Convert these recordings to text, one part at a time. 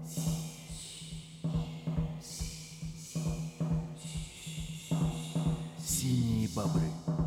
Синие бобры.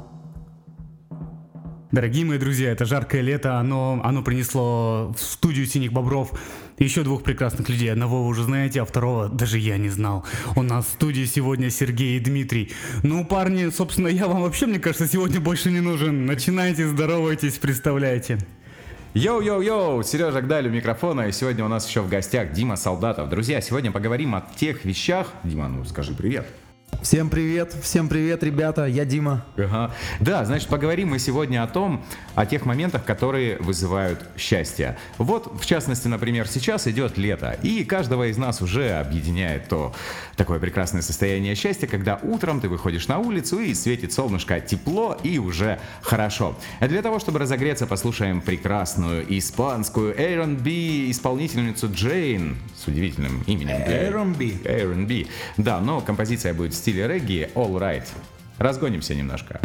Дорогие мои друзья, это жаркое лето, оно принесло в студию «Синих бобров» еще двух прекрасных людей. Одного вы уже знаете, а второго даже я не знал. У нас в студии сегодня Сергей и Дмитрий. Ну, парни, собственно, я вам вообще, мне кажется, сегодня больше не нужен. Начинайте, здоровайтесь, представляйте. Йоу-йоу-йоу, Сережа Гдаль у микрофона, и сегодня у нас еще в гостях Дима Солдатов. Друзья, сегодня поговорим о тех вещах... Дима, ну скажи привет. Всем привет, ребята, я Дима. Ага. Да, значит, поговорим мы сегодня о тех моментах, которые вызывают счастье. Вот, в частности, например, сейчас идет лето, и каждого из нас уже объединяет такое прекрасное состояние счастья, когда утром ты выходишь на улицу и светит солнышко, тепло и уже хорошо. А для того, чтобы разогреться, послушаем прекрасную испанскую R&B исполнительницу Джейн с удивительным именем. R&B. Да, но композиция будет в стиле регги All Right. Разгонимся немножко.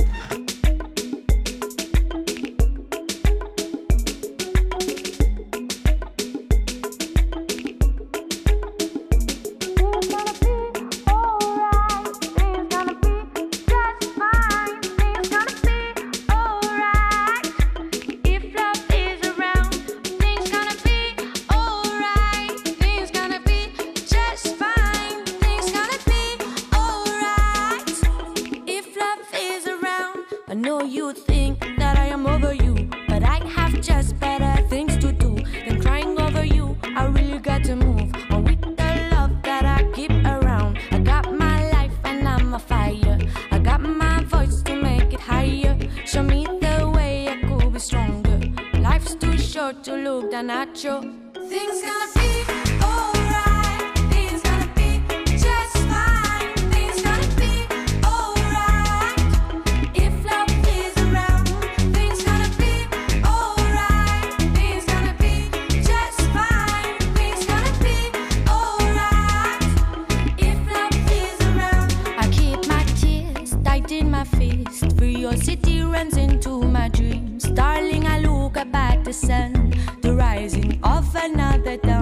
Darling, I look up at the sun, the rising of another dawn.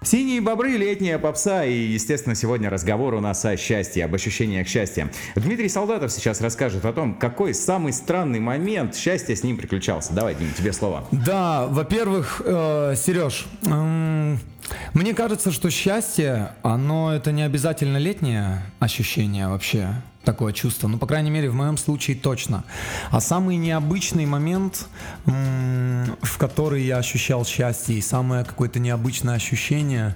Синие бобры, летняя попса и, естественно, сегодня разговор у нас о счастье, об ощущениях счастья. Дмитрий Солдатов сейчас расскажет о том, какой самый странный момент счастья с ним приключался. Давай, Дим, тебе слово. Да, во-первых, Сереж, мне кажется, что счастье, это не обязательно летнее ощущение вообще, такое чувство. Ну, по крайней мере, в моем случае точно. А самый необычный момент, в который я ощущал счастье, и самое какое-то необычное ощущение,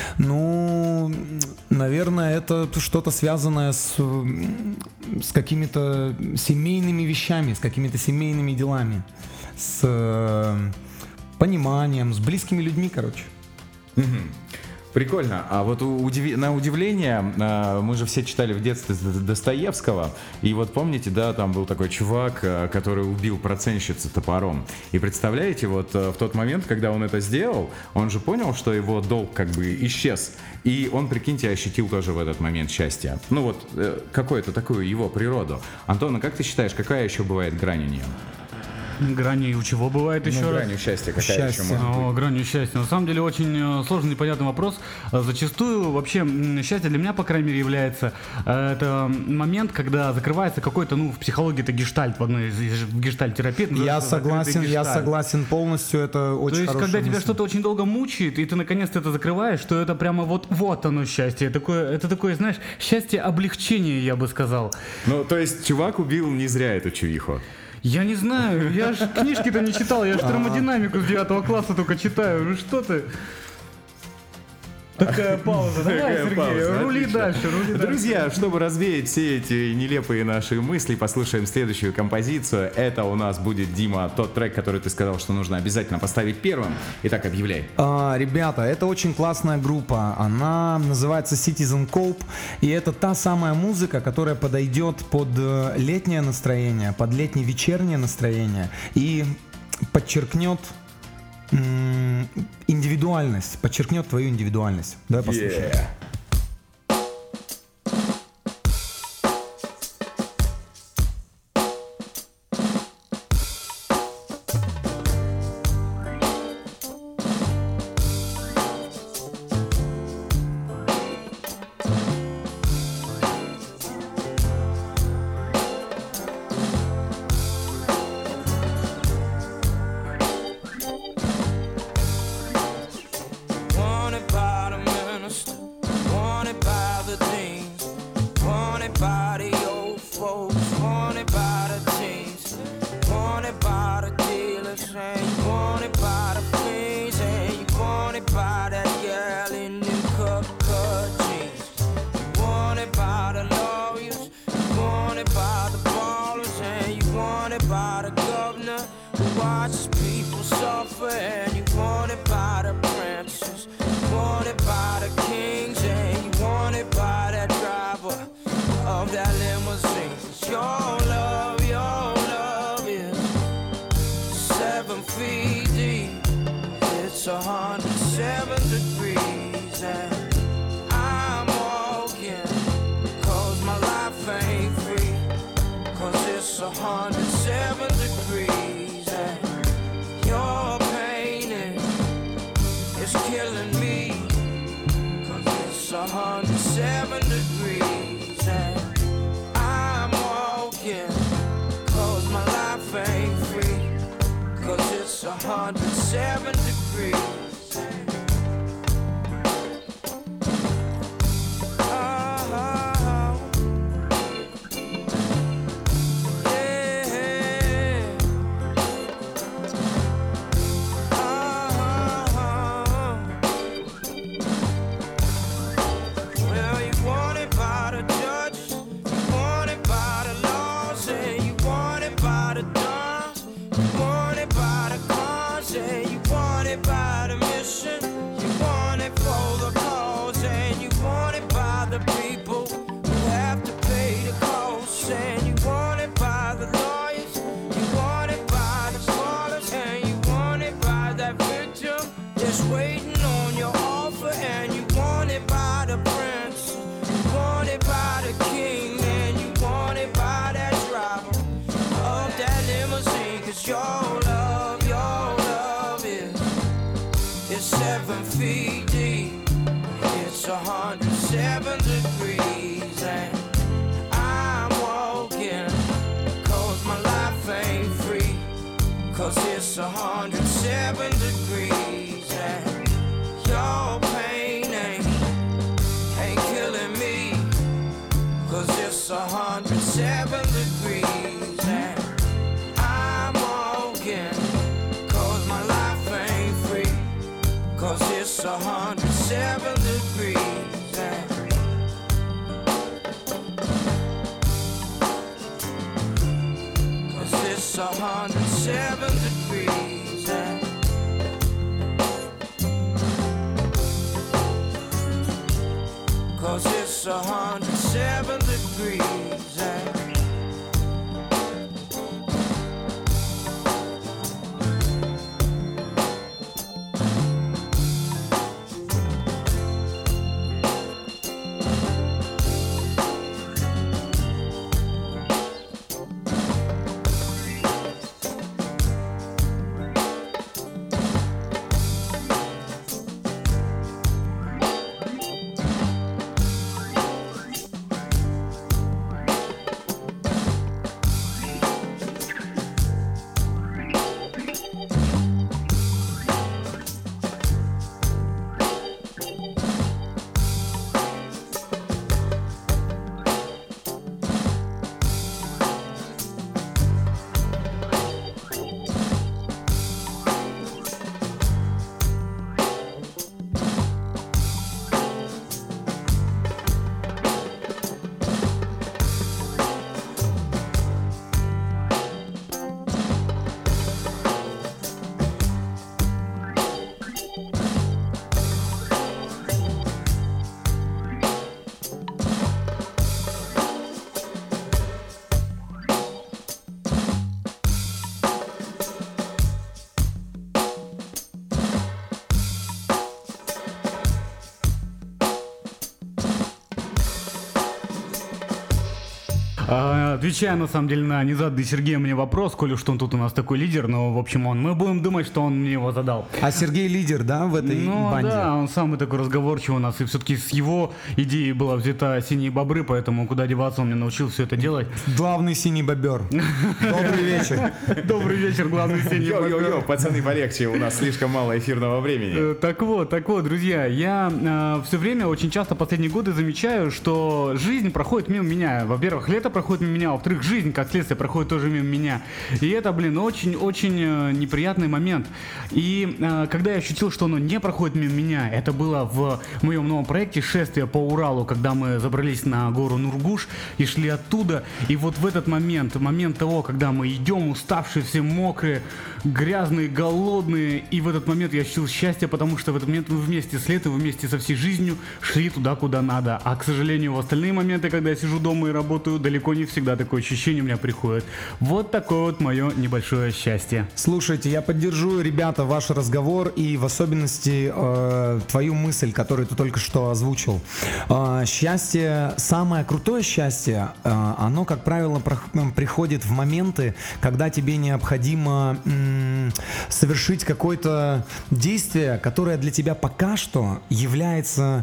наверное, это что-то связанное с какими-то семейными вещами, с какими-то семейными делами, с пониманием, с близкими людьми, короче. Прикольно. А вот на удивление, мы же все читали в детстве Достоевского, и вот помните, да, там был такой чувак, который убил процентщицу топором. И представляете, вот в тот момент, когда он это сделал, он же понял, что его долг как бы исчез. И он, прикиньте, ощутил тоже в этот момент счастье. Ну вот, какую-то такую его природу. Антон, а как ты считаешь, какая еще бывает грань у нее? Гранью чего бывает еще раз? Гранью счастья какая еще может быть? Гранью счастья. На самом деле очень сложный и непонятный вопрос. Зачастую вообще счастье для меня, по крайней мере, является это момент, когда закрывается какой-то, в психологии это гештальт в одной из гештальт-терапии. Я согласен полностью, это очень То есть, хорошая когда тебя мысль. что-то очень долго мучает, и ты наконец-то это закрываешь, то это прямо вот оно счастье. Это такое, знаешь, счастье облегчения, я бы сказал. Ну, то есть, чувак убил не зря эту чувиху. Я не знаю, я ж книжки-то не читал, я ж термодинамику с 9 класса только читаю. Ну что ты? Такая пауза. Давай, Сергей, рули дальше. Друзья, чтобы развеять все эти нелепые наши мысли, послушаем следующую композицию. Это у нас будет, Дима, тот трек, который ты сказал, что нужно обязательно поставить первым. Итак, объявляй. Ребята, это очень классная группа. Она называется Citizen Cope. И это та самая музыка, которая подойдет под летнее настроение, под летне-вечернее настроение и подчеркнет индивидуальность, подчеркнет твою индивидуальность. Давай послушаем. Your love is 7 feet deep. it's 107 degrees and I'm walking, 'cause my life ain't free. 'Cause it's 107 degrees and your pain ain't killing me. 'Cause it's 107 degrees and I'm walking, 'cause my life ain't free. 'Cause it's 107 degrees and it's 107 degrees and cause it's 107 degrees and Отвечая, на самом деле, на незаданный Сергеем мне вопрос, коли что он тут у нас такой лидер, но, в общем, мы будем думать, что он мне его задал. А Сергей лидер, да, в этой банде? Да, он самый такой разговорчивый у нас, и все-таки с его идеей была взята «Синие бобры», поэтому куда деваться, он меня научил все это делать. Главный синий бобер. Добрый вечер. Добрый вечер, главный синий бобер. Йо-йо-йо, пацаны, полегче, у нас слишком мало эфирного времени. Так вот, друзья, я все время, очень часто последние годы замечаю, что жизнь проходит мимо меня. Во-первых, лето проходит мимо меня, во-вторых, жизнь, как следствие, проходит тоже мимо меня. И это, очень-очень неприятный момент. И когда я ощутил, что оно не проходит мимо меня, это было в моем новом проекте «Шествие по Уралу», когда мы забрались на гору Нургуш и шли оттуда. И вот в этот момент того, когда мы идем, уставшие, все мокрые, грязные, голодные, и в этот момент я ощутил счастье, потому что в этот момент мы вместе с летом, вместе со всей жизнью шли туда, куда надо. А, к сожалению, в остальные моменты, когда я сижу дома и работаю, далеко не всегда такое ощущение у меня приходит. Вот такое вот мое небольшое счастье. Слушайте, я поддержу, ребята, ваш разговор и в особенности твою мысль, которую ты только что озвучил. Счастье, самое крутое счастье, оно, как правило, приходит в моменты, когда тебе необходимо совершить какое-то действие, которое для тебя пока что является,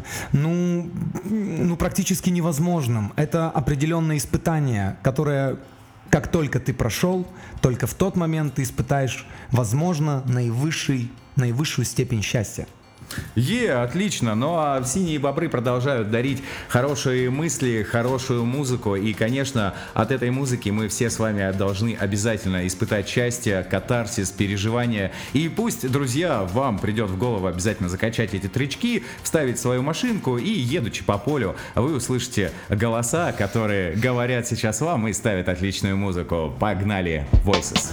практически невозможным. Это определенное испытание, которое, как только ты прошел, только в тот момент ты испытаешь, возможно, наивысшую степень счастья. Отлично. Ну а «Синие бобры» продолжают дарить хорошие мысли, хорошую музыку. И, конечно, от этой музыки мы все с вами должны обязательно испытать счастье, катарсис, переживания. И пусть, друзья, вам придет в голову обязательно закачать эти тречки, вставить свою машинку и, едучи по полю, вы услышите голоса, которые говорят сейчас вам и ставят отличную музыку. Погнали! Voices!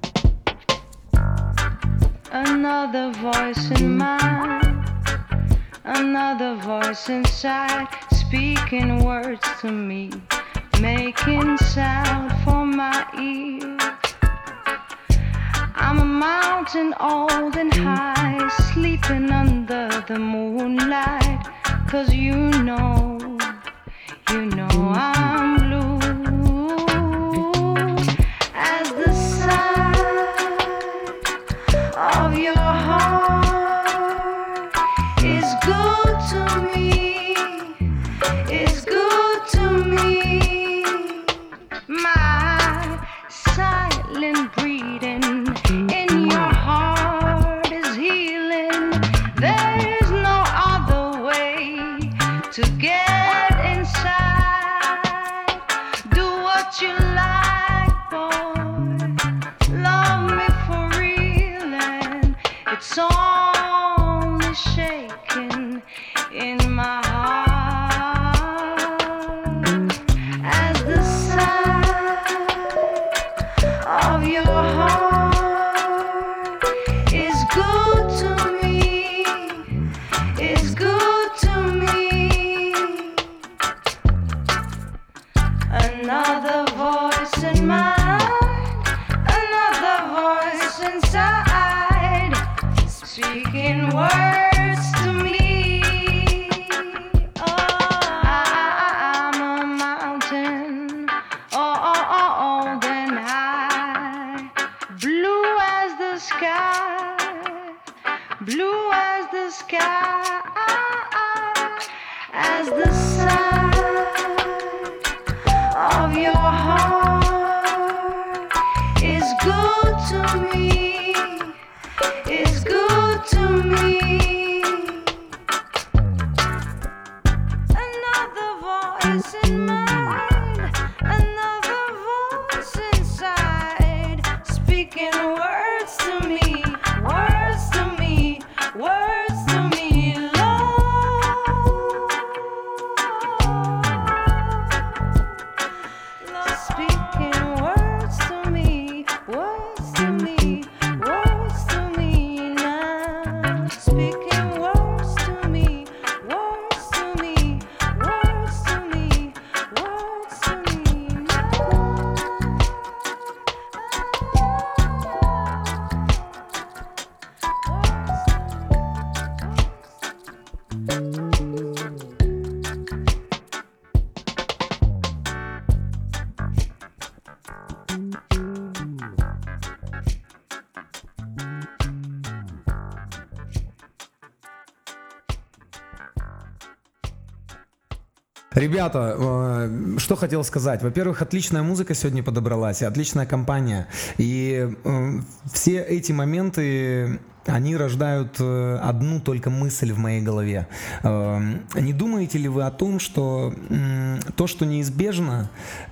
Another voice in mind, another voice inside, speaking words to me, making sound for my ears. I'm a mountain old and high, sleeping under the moonlight, 'cause you know I'm blue. As the of your heart is good to me. to get inside. Do what you like, boy. Love me for real, and it's only shaking in my heart as the side of your heart is good to me, is good to me. Another voice in mind, another voice inside, speaking words to me. I'm a mountain, then high, blue as the sky, blue as the sky, as the side of your heart is good to me, is good to me. Another voice in mind, another voice inside, speaking words to me, words to me, words to me, Lord. Lord, speaking words to me, words to me, words to me now. Speaking words to me, words to me, words to me, words to me now. Ребята, что хотел сказать. Во-первых, отличная музыка сегодня подобралась, и отличная компания. И все эти моменты, они рождают одну только мысль в моей голове. Не думаете ли вы о том, что то, что неизбежно,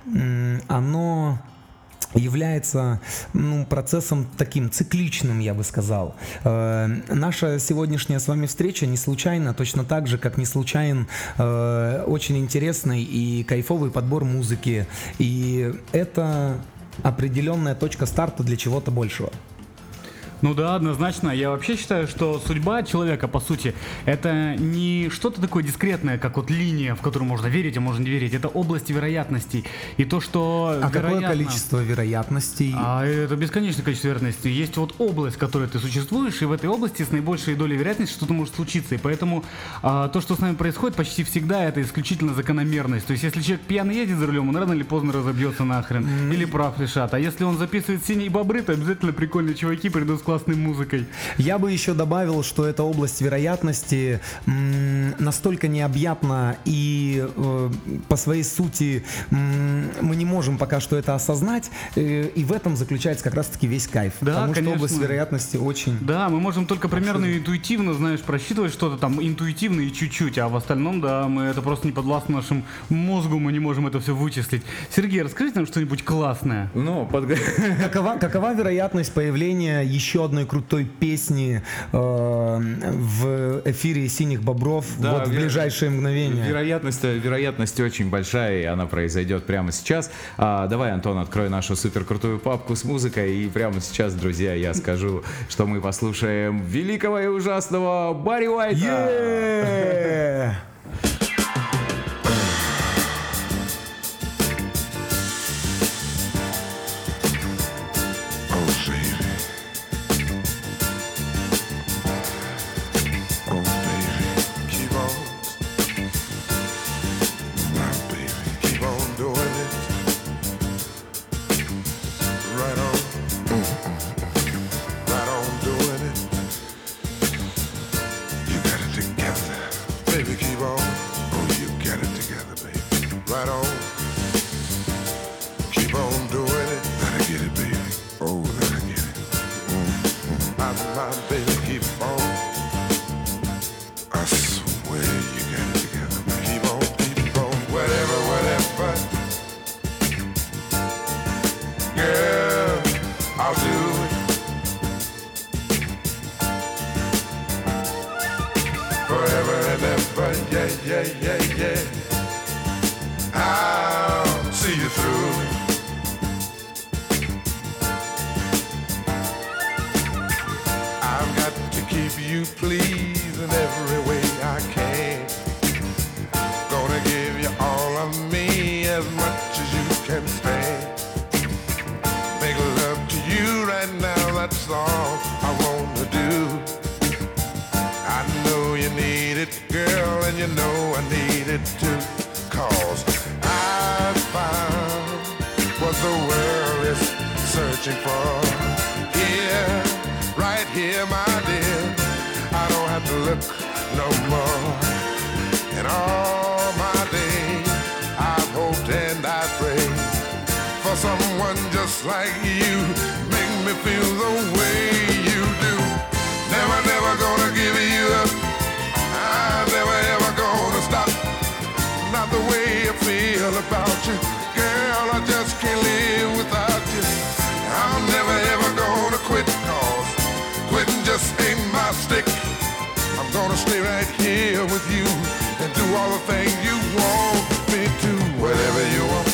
оно является процессом таким цикличным, я бы сказал. Наша сегодняшняя с вами встреча не случайна, точно так же, как не случайен очень интересный и кайфовый подбор музыки. И это определенная точка старта для чего-то большего. Ну да, однозначно. Я вообще считаю, что судьба человека, по сути, это не что-то такое дискретное, как вот линия, в которую можно верить, а можно не верить. Это область вероятностей. И то, что какое количество вероятностей? Это бесконечное количество вероятностей. Есть вот область, в которой ты существуешь, и в этой области с наибольшей долей вероятности что-то может случиться. И поэтому то, что с нами происходит, почти всегда это исключительно закономерность. То есть, если человек пьяный едет за рулем, он рано или поздно разобьется нахрен. Или прав решат. А если он записывает «Синие бобры», то обязательно прикольные чуваки придут с классной музыкой. Я бы еще добавил, что эта область вероятности настолько необъятна и по своей сути мы не можем пока что это осознать, и в этом заключается как раз-таки весь кайф. Да, потому конечно. что область вероятности очень... Да, мы можем только примерно интуитивно, знаешь, просчитывать что-то там интуитивно и чуть-чуть, а в остальном, да, мы это просто не подвластно нашему мозгу, мы не можем это все вычислить. Сергей, расскажите нам что-нибудь классное. Какова вероятность появления еще одной крутой песни в эфире «Синих бобров» в ближайшие мгновения? Вероятность очень большая, и она произойдет прямо сейчас. Давай, Антон, открой нашу суперкрутую папку с музыкой, и прямо сейчас, друзья, я скажу, что мы послушаем великого и ужасного Барри Уайта. Baby, keep on. I swear you got it together. Keep but yeah. I'll see you through. I've got to keep you pleased in every way I can. Gonna give you all of me as much as you can stand. Make love to you right now, that's all I wanna do. I know you need it, girl, and you know I need it too. 'Cause I found what the world is searching for. Here, right here, my dear, I don't have to look no more. And all my days, I've hoped and I prayed for someone just like you. Make me feel the way you do. Never gonna give you up. I'm never ever gonna stop. Not the way I feel about you, girl, I just can't live without you. I'm never ever gonna quit, 'cause quitting just ain't my stick. I'm gonna stay right here with you and do all the things you want me to. Whatever you want,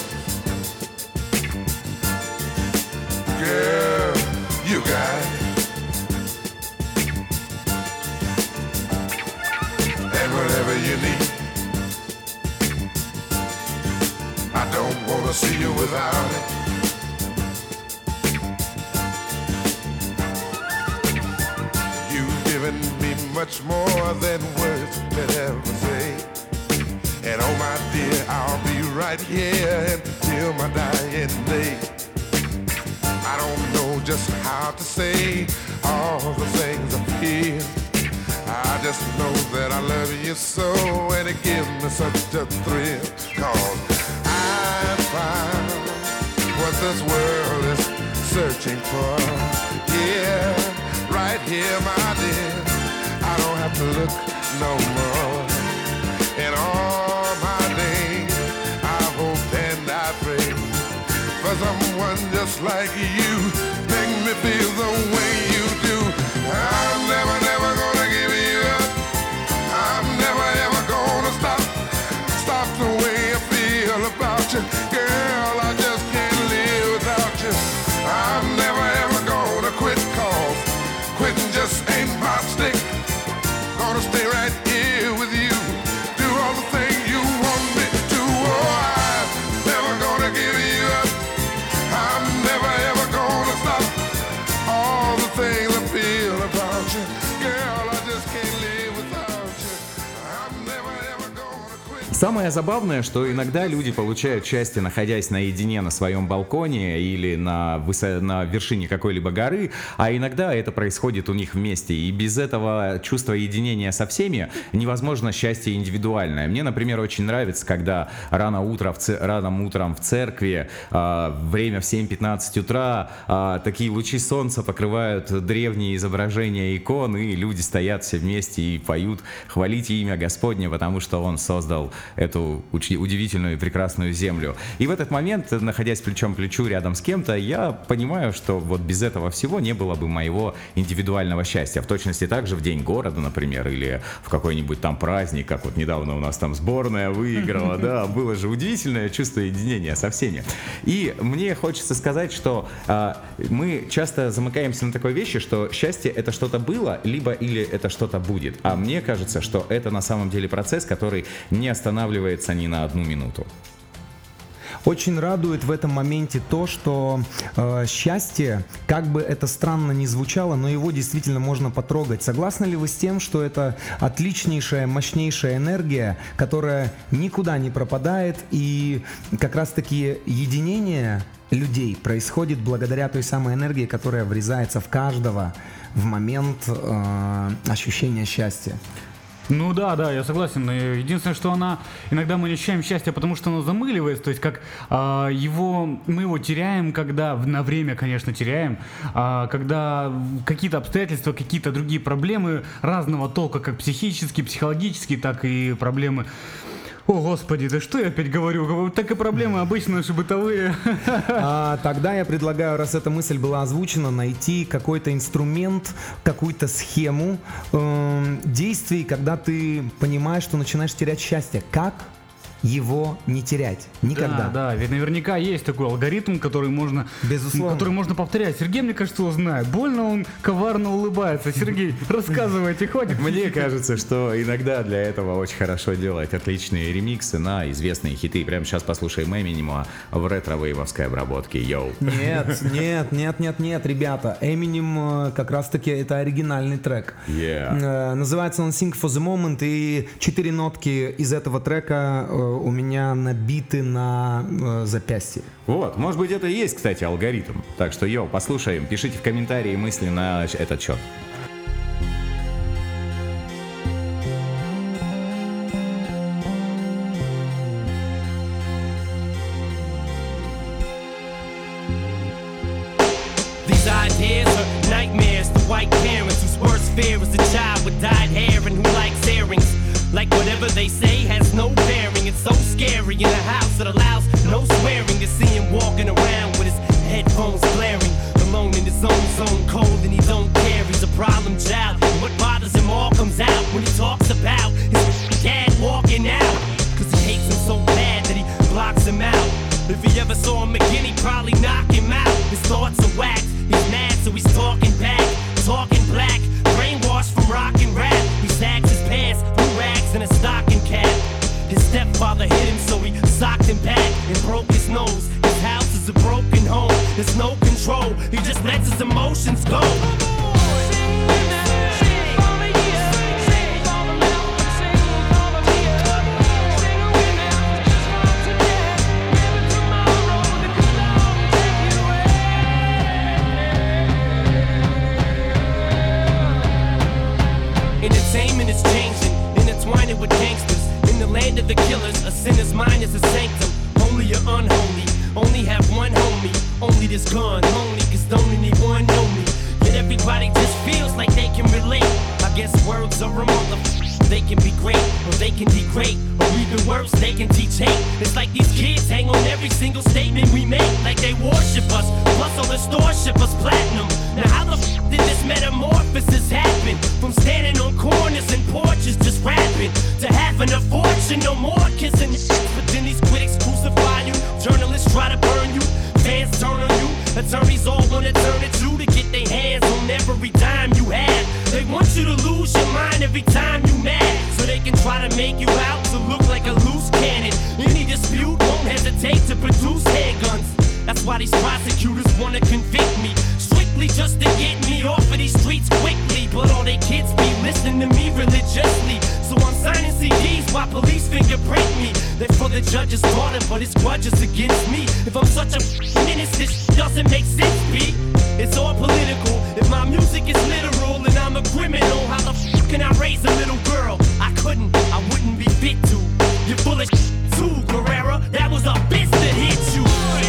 girl, you got it. And whatever you need, I don't wanna see you without it. You've given me much more than words could ever say. And oh my dear, I'll be right here until my dying day. I don't know just how to say all the things I feel. I just know that I love you so, and it gives me such a thrill. 'Cause I found what this world is searching for. Yeah, right here, my dear, I don't have to look no more. In all my days, I've hoped and I prayed for someone just like you. Make me feel the way you do. I'm never gonna give you up. I'm never ever gonna stop the way I feel about you. Girl, I just can't live without you. I'm never ever gonna quit, 'cause quitting just ain't my stick. Gonna stay right here with you, do all the things you want me to. Oh, I'm never gonna give you up. I'm never ever gonna stop all the things I feel about you. Girl, I just can't live without you. I'm never ever gonna quit. Самое забавное, что иногда люди получают счастье, находясь наедине на своем балконе или на вершине какой-либо горы, а иногда это происходит у них вместе. И без этого чувства единения со всеми невозможно счастье индивидуальное. Мне, например, очень нравится, когда рано утром в церкви, время в 7:15 утра, такие лучи солнца покрывают древние изображения икон, и люди стоят все вместе и поют «Хвалите имя Господне, потому что Он создал эту удивительную и прекрасную землю». И в этот момент, находясь плечом к плечу рядом с кем-то, я понимаю, что вот без этого всего не было бы моего индивидуального счастья. В точности так же в День города, например, или в какой-нибудь там праздник, как вот недавно у нас там сборная выиграла, да, было же удивительное чувство единения со всеми. И мне хочется сказать, что мы часто замыкаемся на такой вещи, что счастье — это что-то было, либо или это что-то будет. А мне кажется, что это на самом деле процесс, который не останавливается ни на одну минуту. Очень радует в этом моменте то, что счастье, как бы это странно ни звучало, но его действительно можно потрогать. Согласны ли вы с тем, что это отличнейшая, мощнейшая энергия, которая никуда не пропадает, и как раз-таки единение людей происходит благодаря той самой энергии, которая врезается в каждого в момент ощущения счастья? Ну да, я согласен. Единственное, что иногда мы не ощущаем счастья, потому что оно замыливается, то есть как мы его теряем, когда на время, конечно, теряем, когда какие-то обстоятельства, какие-то другие проблемы разного толка, как психические, психологические, так и проблемы О, господи, да что я опять говорю? Так и проблемы обычно наши бытовые. Тогда я предлагаю, раз эта мысль была озвучена, найти какой-то инструмент, какую-то схему действий, когда ты понимаешь, что начинаешь терять счастье. Как его не терять? Никогда. Да, ведь наверняка есть такой алгоритм, который можно повторять. Сергей, мне кажется, его знает. Больно он коварно улыбается. Сергей, рассказывайте, хватит. Мне кажется, что иногда для этого очень хорошо делать отличные ремиксы на известные хиты. Прямо сейчас послушаем Эминема в ретро-вейвовской обработке. Йоу. Нет, ребята. Эминем как раз-таки это оригинальный трек. Называется он Sing for the Moment, и 4 нотки из этого трека у меня набиты на запястье. Вот, может быть, это и есть, кстати, алгоритм. Так что, послушаем, пишите в комментарии мысли на этот счет. These ideas are nightmares to white parents whose worst fear is a child with dyed hair and who likes earrings. Like whatever they say has no bearing. It's so scary in a house that allows no swearing. To see him walking around with his headphones blaring, alone in his own zone, cold and he don't care. He's a problem child, and what bothers him all comes out when he talks about his dad walking out. Cause he hates him so bad that he blocks him out. If he ever saw him again, he'd probably knock him out. His thoughts are whacked, he's mad so he's talking back, talking black, brainwashed from rock and rap. He sags his pants, rags and a stocking cap. His stepfather hit him so he socked him back and broke his nose. His house is a broken home, there's no control. He just lets his emotions go. Entertainment is changing, intertwining with gangsters. In the land of the killers, a sinner's mind is a sanctum. Holy or unholy, only have one homie. Only this gun, only cause don't anyone know me. Yet everybody just feels like they can relate. I guess words are a motherfucker. They can be great, or they can degrade, or even worse, they can teach hate. It's like these kids hang on every single statement we make, like they worship us. Plus all the stores ship us platinum. Now how the f did this metamorphosis happen? From standing on corners and porches just rapping, to having a fortune, no more kissing. But then these critics crucify you, journalists try to burn you, fans turn on you, attorneys all wanna turn it to get their hands on every dime you have. They want you to lose your mind every time you mad, so they can try to make you out to look like a loose cannon. Any dispute won't hesitate to produce handguns. That's why these prosecutors wanna convict me, strictly just to get me off of these streets quickly. But all they kids be listening to me religiously, so I'm signing CDs while police fingerprint me. They're for the judge's daughter, but his grudge is against me. If I'm such a menace, this doesn't make sense, B. It's all political. If my music is literal and I'm a criminal, how the f can I raise a little girl? I couldn't, I wouldn't be fit to. You're full of too, Guerrera. That was a bitch that hit you.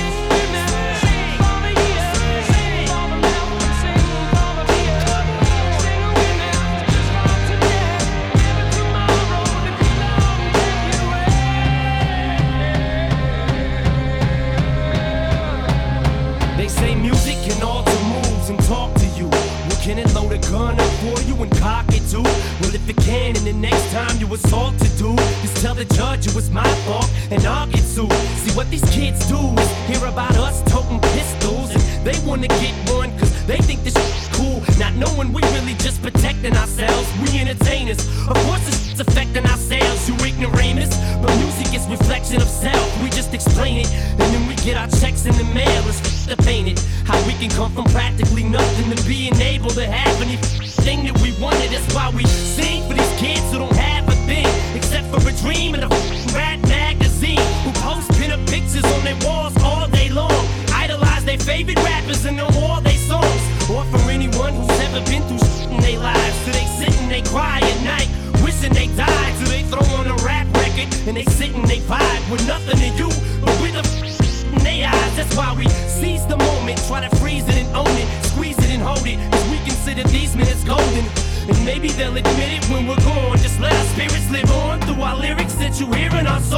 They say music can alter moods and talk to you. Well, can it load a gun up for you and cock it too? Well, if it can, and the next time you assault to do, just tell the judge it was my fault and I'll get sued. See what these kids do is hear about us toting pistols, and they wanna get one cause they think this is cool, not knowing we really just protecting ourselves. We entertainers, of course it's affecting our sales, you ignoramus. But music is reflection of self, we just explain it, and then we get our checks in the mail. It's to paint it, how we can come from practically nothing to being able to have anything that we wanted. That's why we sing for these kids who don't have a thing except for a dream and a rat magazine, who post pin-up pictures on their walls all day long, idolize their favorite rappers and know all their songs. Or for anyone who's ever been through in their lives, so they sit and they cry at night, wishing they died. So they throw on a rap record and they sit and they vibe with nothing to do but with a in their eyes. That's why we seize the moment, try to freeze it and own it, squeeze it and hold it, cause we consider these minutes golden. And maybe they'll admit it when we're gone. Just let our spirits live on through our lyrics that you hear in our songs.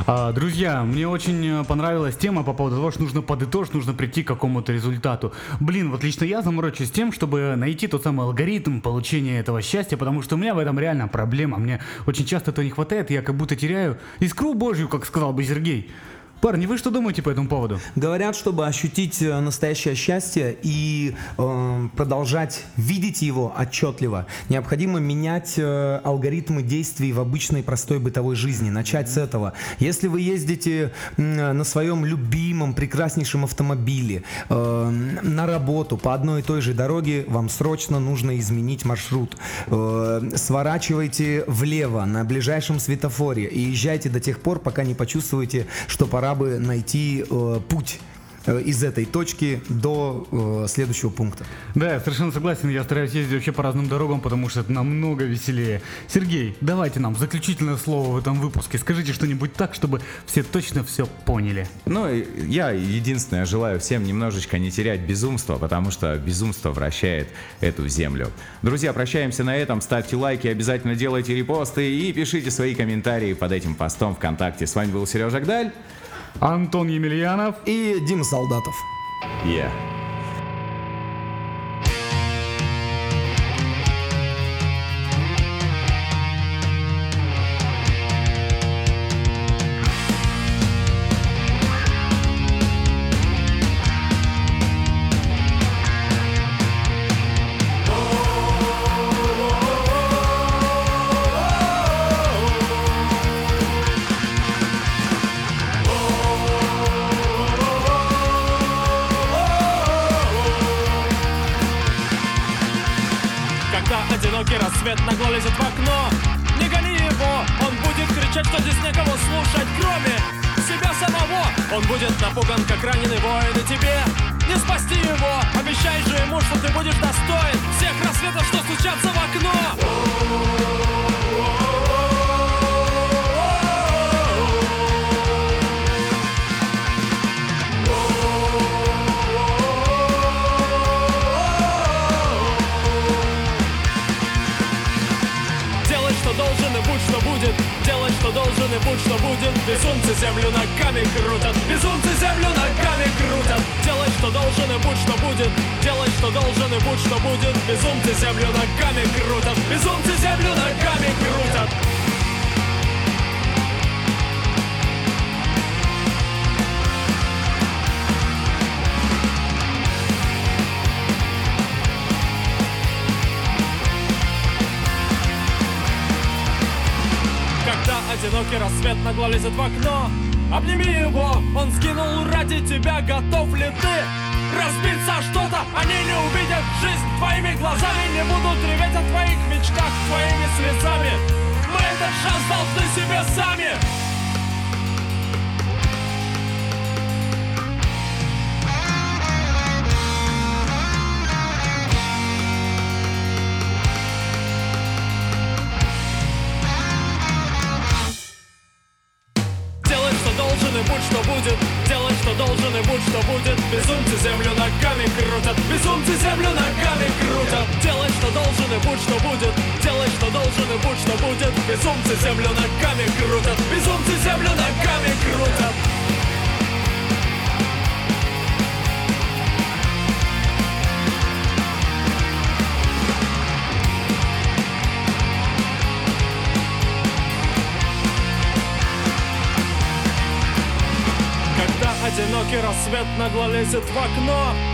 Друзья, мне очень понравилась тема по поводу того, что нужно подытожить, нужно прийти к какому-то результату. Блин, вот лично я заморочусь тем, чтобы найти тот самый алгоритм получения этого счастья, потому что у меня в этом реально проблема. Мне очень часто этого не хватает, и я как будто теряю искру Божью, как сказал бы Сергей. Парни, вы что думаете по этому поводу? Говорят, чтобы ощутить настоящее счастье и продолжать видеть его отчетливо, необходимо менять алгоритмы действий в обычной простой бытовой жизни. Начать с этого. Если вы ездите на своем любимом, прекраснейшем автомобиле на работу по одной и той же дороге, вам срочно нужно изменить маршрут. Сворачивайте влево на ближайшем светофоре и езжайте до тех пор, пока не почувствуете, что пора бы найти путь из этой точки до следующего пункта. Да, я совершенно согласен, я стараюсь ездить вообще по разным дорогам, потому что это намного веселее. Сергей, давайте нам заключительное слово в этом выпуске. Скажите что-нибудь так, чтобы все точно все поняли. Ну, я единственное желаю всем немножечко не терять безумство, потому что безумство вращает эту землю. Друзья, прощаемся на этом. Ставьте лайки, обязательно делайте репосты и пишите свои комментарии под этим постом ВКонтакте. С вами был Сережа Гдаль, Антон Емельянов и Дима Солдатов. Yeah. Одинокий рассвет нагло лезет в окно. Не гони его, он будет кричать, что здесь некого слушать, кроме себя самого. Он будет напуган, как раненый воин, и тебе не спасти его. Обещай же ему, что ты будешь достоин всех рассветов, что стучатся в окно. Должен и будь что будет, делать что должен и будь что будет. Безумцы землю ногами крутят, безумцы землю ногами крутят. Делать что должен и будь что будет, делать что должен и будь что будет. Безумцы землю ногами крутят, безумцы землю ногами крутят. Одинокий рассвет нагло лезет в окно. Обними его, он сгинул ради тебя. Готов ли ты разбиться о что-то? Они не увидят жизнь твоими глазами, не будут реветь о твоих мечтах твоими слезами. Мы этот шанс должны себе сами. Должен и будь что будет, делать что должен и будь что будет. Безумцы землю ногами крутят, безумцы землю ногами крутят. Делать что должен и будь что будет, делать что должен и будь что будет. Безумцы землю ногами крутят, безумцы землю ногами крутят. Одинокий рассвет нагло лезет в окно.